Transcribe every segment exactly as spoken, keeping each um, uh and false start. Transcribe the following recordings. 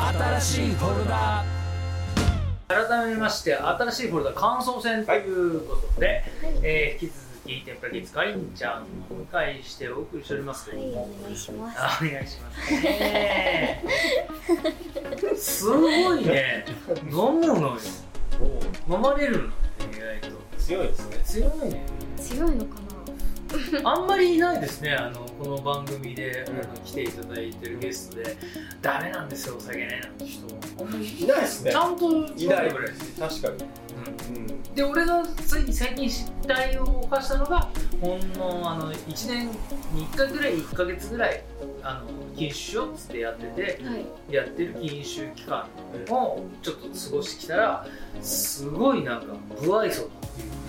新しいフォルダ。改めまして新しいフォルダ感想戦ということで、はい、えー、引き続き天ぷらキッズかりんちゃんを迎えしてお送りしておりますけども、 はい、お願いします。 お願いしますね。すごいね、飲むのよ。飲まれるのって意外と強いですね。 強いね。 強いのかな。 あんまりいないですね。あのこの番組で、うん、あの来ていただいてるゲストでダメなんですよお酒ねなんて人あんまりいないですね。 ちゃんといないぐらいです。確かに。 うんうん、で俺がついに最近失態を犯したのがほんのあのいちねんにいっかいぐらいいっかげつぐらいあの禁酒しようっつってやってて、はい、やってる禁酒期間をちょっと過ごしてきたらすごいなんか不愛想だっていう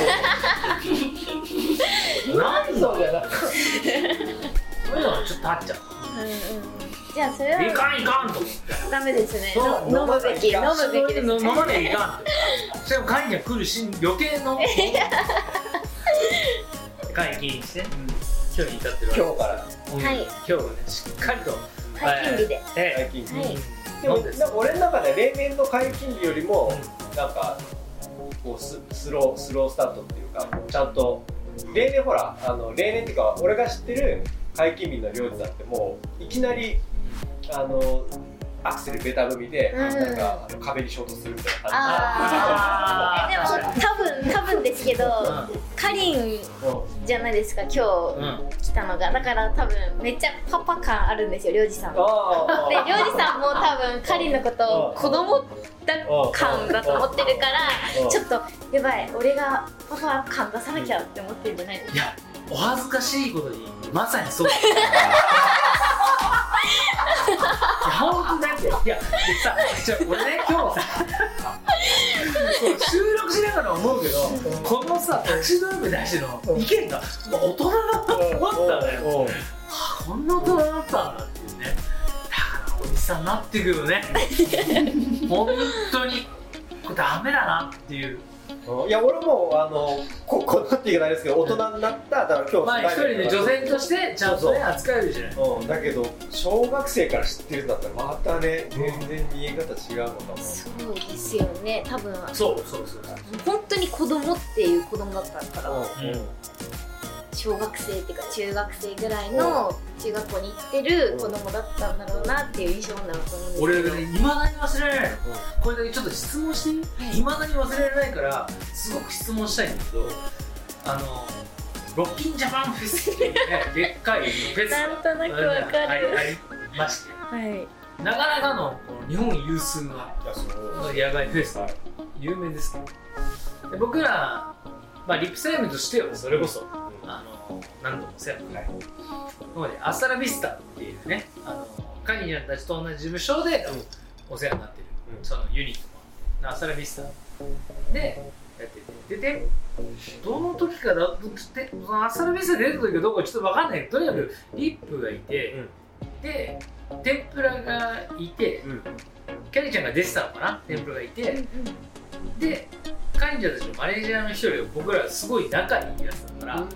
なんだよなそういうのはちょっとあっちゃう、うんうん、 じゃあそれはいかんいかんと思ってダメですね。飲むべき飲むべきですね。 飲まなきゃいかんってそれも会には来るし余計飲む会禁して、うん、今日に至ってるわけです。 今日から、 うん、はい、今日はねしっかりと解禁日で、 えー、解禁日、はい、 でもなんか俺の中で例年の解禁日よりも、うん、なんかこう ス, スロースロースタートっていうかちゃんと例年ほらあの例年っていうか俺が知ってる解禁日の領事さんってもういきなりあのアクセルベタ踏みで、うん、なんかあの壁に衝突するみたいな感じ。 でも多分多分ですけど、かりんじゃないですか今日来たのが。だから多分めっちゃパパ感あるんですよ領事さん。で領事さんも多分かりんのことを子供だ感だと思ってるからちょっとやばい俺がパパ感出さなきゃって思ってるんじゃないですか。 いやお恥ずかしいことにまさにそうです本当だっていやでさじゃ俺ね今日さ収録しながら思うけどこのさタクシードライブに対しての意見が大人だと思ったのよ。はあ、こんな大人だったんだっていうね。だからおじさんになってくるよね本当にこれダメだなっていう。 いや俺もあのここなっていかないですけど大人になっただから今日まあ一人で女性としてちゃんとね扱えるじゃない、 うん、だけど小学生から知ってるんだったらまたね全然見え方違うのかも。 そうですよね多分。 そうそうそう本当に子供っていう子供だったから、うんうん、小学生っていうか中学生ぐらいの中学校に行ってる子供だったんだろうなっていう印象なんだろうと思うんですけど、 俺ね未だに忘れられないの、うん、これだけちょっと質問していい、はい、未だに忘れられないからすごく質問したいんだけどあのロッキンジャパンフェスっていうねでっかいフェスなんとなくわかるありまして、はい、なかなかの日本有数の野外フェス有名ですけどで僕ら、まあ、リップセレムとしてはそれこそあの何度もお世話になりアスタラビスタっていうねあのカニちゃんたちと同じ事務所でお世話になってる、うん、そのユニットもアスタラビスタでやっててででどの時かだってアスタラビスタで出た時かどうかちょっと分かんないけどとにかくリップがいて、うん、で天ぷらがいて、うん、カニちゃんが出てたのかな天ぷらがいて、うん、でカニちゃんたちのマネージャーの一人が僕らすごい仲いいやつだから、うん、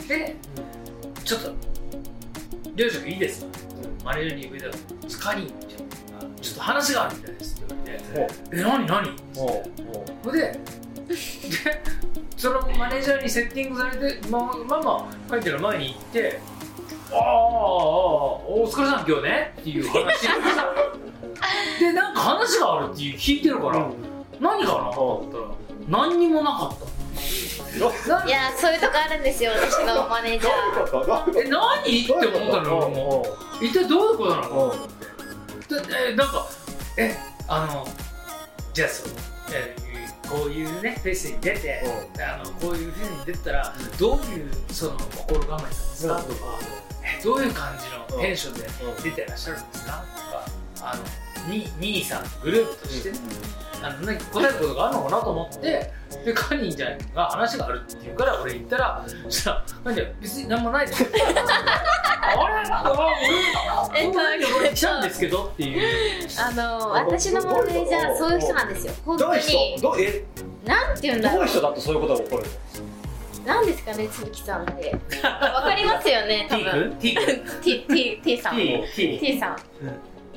でちょっとりょうじくんいいですか、うん、マネージャーに言うたらカニちゃんちょっと話があるみたいですって言われてえ、何何ってででそのマネージャーにセッティングされてまあまあまあカニちゃんが前に行ってああお疲れさん今日ねっていう話でなんか話があるって聞いてるから、うん、何かなと思ったら何にもなかった。 いやそういうとこあるんですよ私のマネージャーえ何って思ったのもう一体どういうことなのと思ってえなんかえあのじゃあそう、えー、こういうねフェスに出てあのこういうフェスに出たらどういうその心構えなんですかとかえどういう感じのテンションで出てらっしゃるんですかとかあのに兄さんグループとして、うんあの何か答えることがあるのかなと思ってでカニちゃんが話があるって言うから俺言ったらそしたら「何で別に何もないです」あれ俺こんなに来たんですけどっていうあの私のマネージャーそういう人なんですよ本当にどういう人なんていうんだろうどういう人だとそういうことが起こるのなんですかねつぶきさんってわかりますよね多分 T 君 T 君 T, T, T さん T, T, T さん、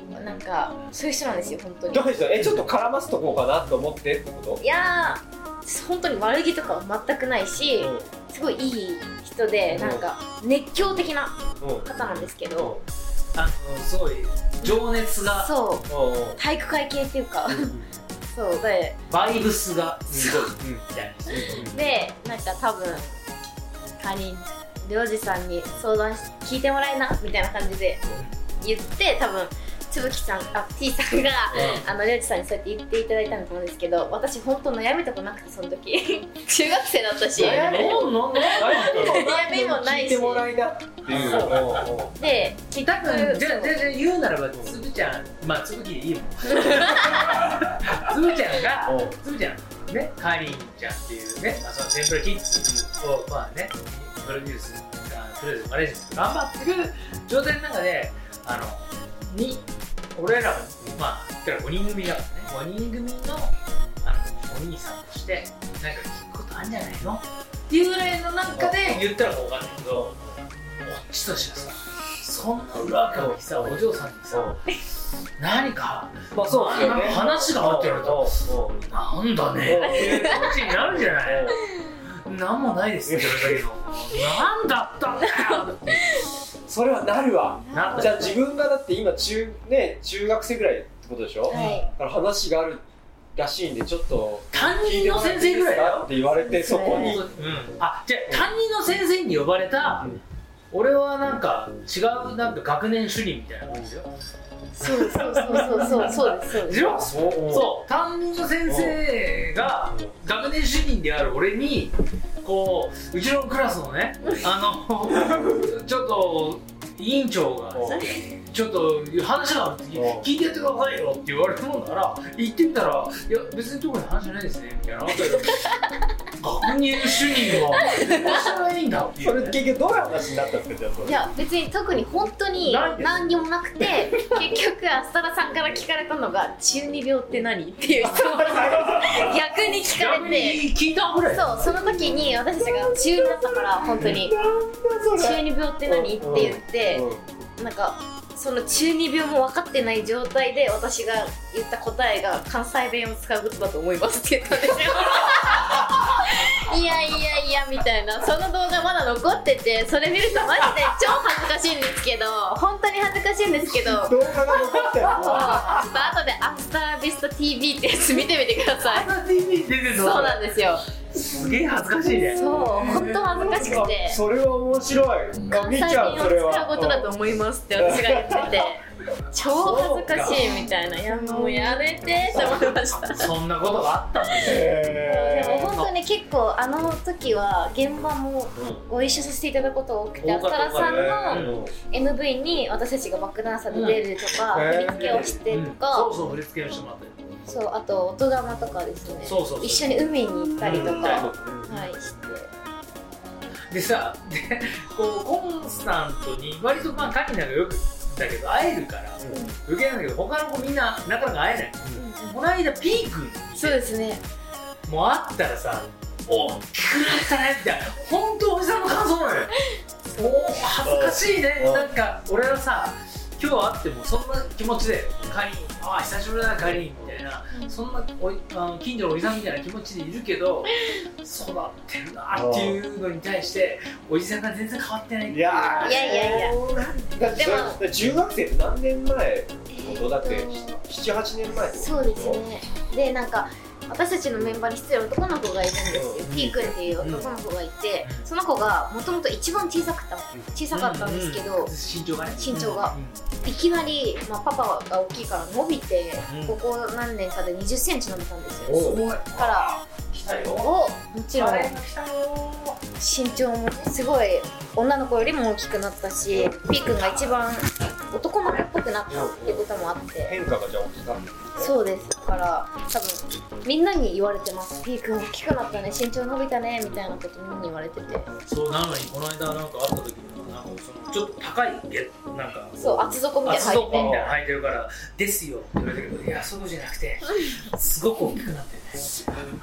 なんかそういう人なんですよ本当に。 どういう人？えちょっと絡ますとこうかなと思ってってこと？ いやー本当に悪気とかは全くないし、うん、すごいいい人で、うん、なんか熱狂的な方なんですけど、 うん、あのすごい情熱がそう体育会系っていうかそうでバイブスがすごいみたいなでなんか多分仮にりょうじさんに相談聞いてもらえなみたいな感じで言って多分つぶきさんあ T さんが、うん、あのりょうじさんにそうやって言っていただいたんだと思うんですけど、私本当悩みとかなくてその時中学生だったし悩みもないし聞いてもらいなっていうで結局じゃあ言うならばつぶちゃんまあつぶきでいいもんつぶちゃんがつぶちゃんねかりんちゃんっていうね、まあ、そのテンプレキッズをまあねプロデュースプロデュースマネージメント頑張ってる状態の中であのに俺らはまあ言ったらごにん組だからねごにん組のあのお兄さんとしてなんか聞くことあるんじゃないのっていうぐらいの中で言ったら分かんないけどこっちとしてはさそんな裏側にさお嬢さんにさ何か、まあそうですよね、話があってるとなんだねっていう気持ちになるじゃないなんもないですって言われたけどなんだったんだよそれはなるわ。じゃあ自分がだって今中ね中学生ぐらいってことでしょ。はい、だから話があるらしいんでちょっう担任の先生ぐらいだよって言われてそこに、うん、 あじゃあ担任の先生に呼ばれた、うん、俺はなんか違うなんか学年主任みたいな感じですよ。 そうそうそうそうそうそうですそうですそうそう担任の先生が学年主任である俺にこううちのクラスのねあのちょっと委員長がちょっと話があるって聞いてやってくださいよって言われたもんだから行ってみたらいや別に特に話じゃないですねみたいな学年主任は話がいいんだっていう、ね、 それ結局どういう話になったんですか。 いや別に特に本当に何にもなくて結局アスタラさんから聞かれたのが中二病って何っていう質問逆に聞かれて聞いたぐらいそうその時に私たちが中二だったから本当に中二病って何って言ってなんかその中二病も分かってない状態で私が言った答えが関西弁を使うことだと思いますって言ったんですよいやいやいやみたいなその動画まだ残っててそれ見るとマジで超恥ずかしいんですけど本当に恥ずかしいんですけど動画が残ってるちょっと後でアスタラビスタ ティーブイ ってやつ見てみてください。 アスタラ ティーブイ 出てるのそうなんですよ。 すげえ恥ずかしいね。 そう本当恥ずかしくてそれは面白い。 関西弁を使うことだと思いますって私が言ってて超恥ずかしいみたいな、いやもうやめてって思いました。 そんなことがあったんですね。 でも本当に結構あの時は現場もご一緒させていただくことが多くて、アスタラさんの エムブイ に私たちがバックダンサーで出るとか、振り付けをしてとか、 そうそう振り付けをしてもらって、 そう、あと音玉とかですね、 そうそうそう、 一緒に海に行ったりとか、はいしてでさ、でこうコンスタントに割とまあカニナがよくだけど会えるから、うん、受けなんだけど他の子みんななかなか会えない、うん、この間ピー君そうですねもう会ったらさおっきくなったねみたいな本当おじさんの感想なのよお恥ずかしいね、なんか俺はさ今日会ってもそんな気持ちでカリンああ久しぶりだなカリンみたいな、うん、そんなおいあの近所のおじさんみたいな気持ちでいるけど育ってるなっていうのに対しておじさんが全然変わってないっていう。 いやいやいやいやだってでも中学生って何年前、えー、だってななはちねんまえってこと？ そうですね。でなんか私たちのメンバーに必要な男の子がいるんですよ、うん、P 君っていう男の子がいて、うん、その子がもともと一番小さくた小さかったんですけど、うんうん、 身長がね身長が、うん、いきなり、まあ、パパが大きいから伸びて、うん、ここ何年かでにじゅっセンチ伸びたんですよ。すごいからおもちろん身長もすごい女の子よりも大きくなったし、P 君が一番男の子っぽくなったっていうこともあって変化がじゃあ起きたんですね。 そうです。だから多分みんなに言われてます。 P 君大きくなったね、身長伸びたねみたいなことみんなに言われてて、 そうなのにこの間なんか会った時になんかそのちょっと高いゲなんかそう厚底みたいな厚底みたいなの履いてるからですよって言われたけど、いやそうじゃなくてすごく大きくなってね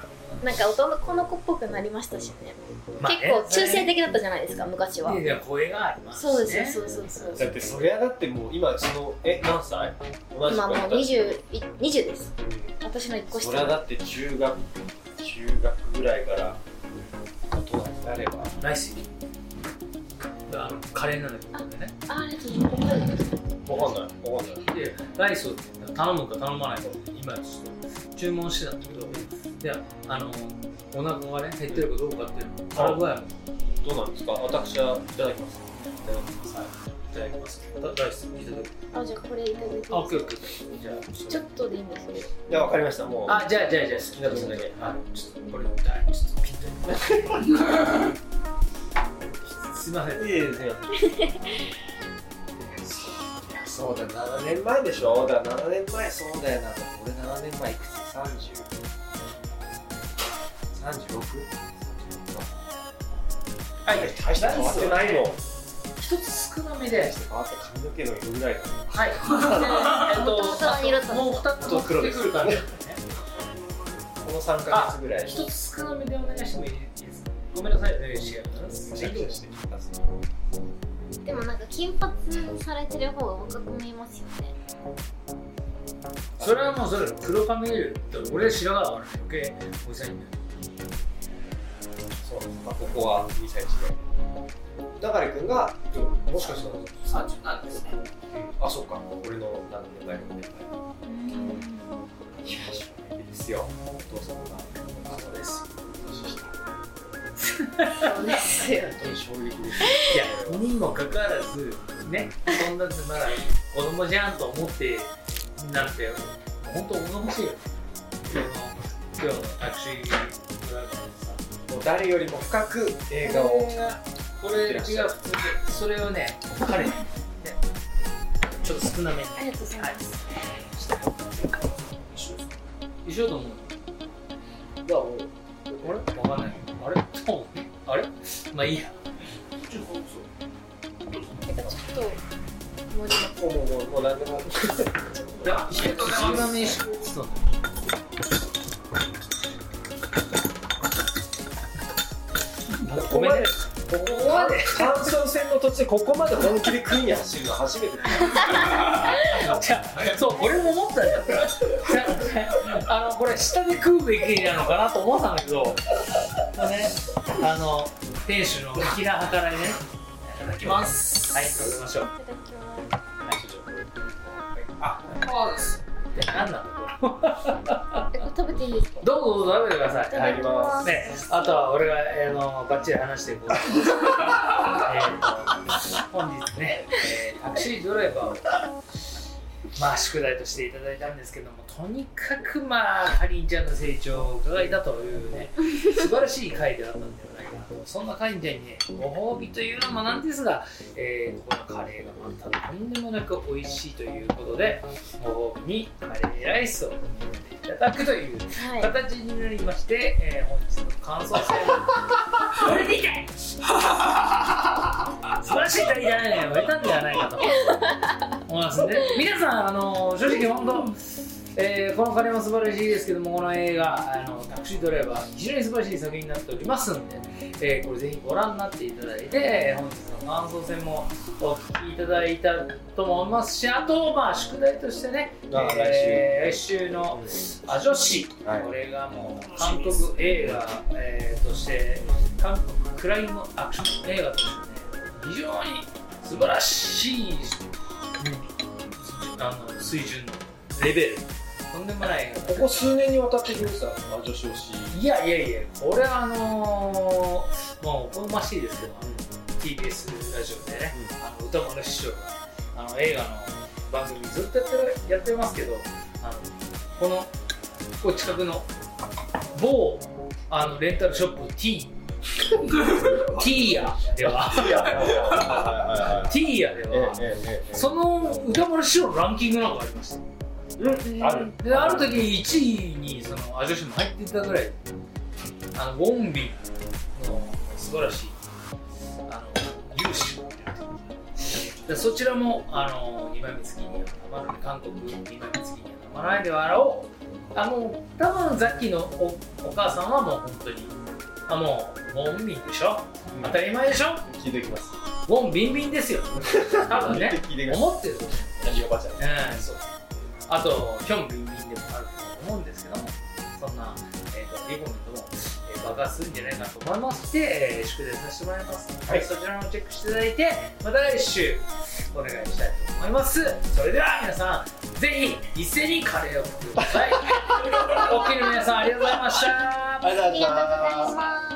なんか男の子っぽくなりましたしね、 まあね、 結構中性的だったじゃないですか昔は。 いや声がありますし、ね、 そうですよ、そうそうそう。 だってそりゃだってもう今そのえ何歳？同じ今もうにじゅう、にじゅうです、うん、私のいっこ下。 それはだって中学中学ぐらいから大人になればナイスあのカレーなんだけどね。 あ、ありがとうございます。 わかんないわかんないでライスを頼むか頼まないか今ちょっと注文してたんだけど、であのお腹がね減ってるかどうかっていうの腹具合もどうなんですか。私はいただきますいただきます。はい、いただきます。ライスいただきます。 あ、じゃあこれいただきます。 あ、オッケーオッケー。じゃあちょっとでいいんですね。 いやわかりました。もうあ、じゃあじゃあじゃあ好きな分だけ。はい、ちょっとこれちょっとピッとすいません。 いえいえ、すいません。そうだ、ななねんまえでしょ。だななねんまえ、そうだよな。俺ななねんまえいくつ？さんじゅう、さんじゅうろく？ はい、 大して変わってないもん。 一つ少なめで変わって髪の毛の色ぐらいだ。 はい。えっと、もう二つ取ってくる感じだったね。 このさんかげつぐらい。 一つ少なめでお願いしてもいいですか。ごめんなさい、ね、シェアます。 でもなんか金髪されてる方が若く見えますよね。 それはもうそれ黒髪入れるって俺白髪だから余計おじさんいんだよ。 そう、まあ、ここはにさい違いで。流君がもしかしたらさんじゅうななですね。 あ、そうか。俺の何年前の年前。いや、衝撃ですよ。お父さんがあとです。 そうですよ。 本当に衝撃です。 いや、にもかかわらずね、そんなまだ子供じゃんと思ってなんて本当おかしいよ。今日のタクシードライバーでさ、 もう誰よりも深く映画をこれ違う普通でそれをね彼にねちょっと少なめに。 ありがとうございます。 一緒だと思う。だからあれわかんない。あれあれまあいいや。 ちょっともうもうもうもう何でも。 いや、少なめにしそう。 ここまでここまで感想戦の途中でここまで本気でクイーンに走るの初めて。 じゃあそう俺も思ったじゃん。あのこれ下で食うべきなのかなと思ったんだけど、ね、あの店主の粋な計らいね。いただきます。はい、食べましょう。いただきます。あ、そうです。何なんだこれ。食べていいですか。 どうぞどうぞ食べてください。 いただきます。 ね、あとは俺があのバッチリ話していこう。えー、本日ね、えー、タクシードライバーをまあ宿題としていただいたんですけども、とにかくまあかりんちゃんの成長を伺えたというね素晴らしい回であったんではないかなと。そんなかりんちゃんにねご褒美というのもなんですが、えー、ここのカレーがまたとんでもなく美味しいということでご褒美にカレーライスを飲んでいただくという形になりまして、はい、えー、本日の感想戦これでいけ素晴らしい対談を得たんではないかと思いますんで、皆さんあの正直本当、えー、このカレーも素晴らしいですけども、この映画あのタクシードライバー非常に素晴らしい作品になっておりますんで、えー、これぜひご覧になっていただいて本日の感想戦もお聞きいただいたと思いますし、あとまあ宿題としてね、えー、来週の「アジョシ」はい、これがもう韓国映画、えー、として韓国クライムアクション映画としてね非常に素晴らしい、うん、あの水準のレベルとんでもないここ数年にわたってきました女子推し。 いやいやいや、これはあのー、もうおこがましいですけど、うん、ティービーエス ラジオでね、うん、あの歌丸師匠があの映画の番組ずっとやってるやってますけど、あのこのこう近くの某あのレンタルショップ T ティーヤではティーヤではその歌丸師匠のランキングなんかありました。うん、あるである時にいちいにそのアジョシも入っていたぐらい、あのウォンビンの素晴らしいあの勇姿を見れるで、そちらもあの今光にはたまらない、韓国今光にはたまらないではあろうあもう多分ザッキーの お, お母さんはもう本当にあもうウォンビンでしょ、うん、当たり前でしょ。 聞いておきます。 ウォンビンビンですよ多分ね思ってる何おばちゃん、 うん、そうあとヒョンビンビンでもあると思うんですけども、そんな、えー、とリコメントも、えー、爆発するんじゃないかと思いまして、えー、宿題させてもらいます、はい、そちらのチェックしていただいてまた来週お願いしたいと思います。それでは皆さんぜひ一斉にカレーを作ってくださいおっきいの皆さんありがとうございました。 ありがとうございました。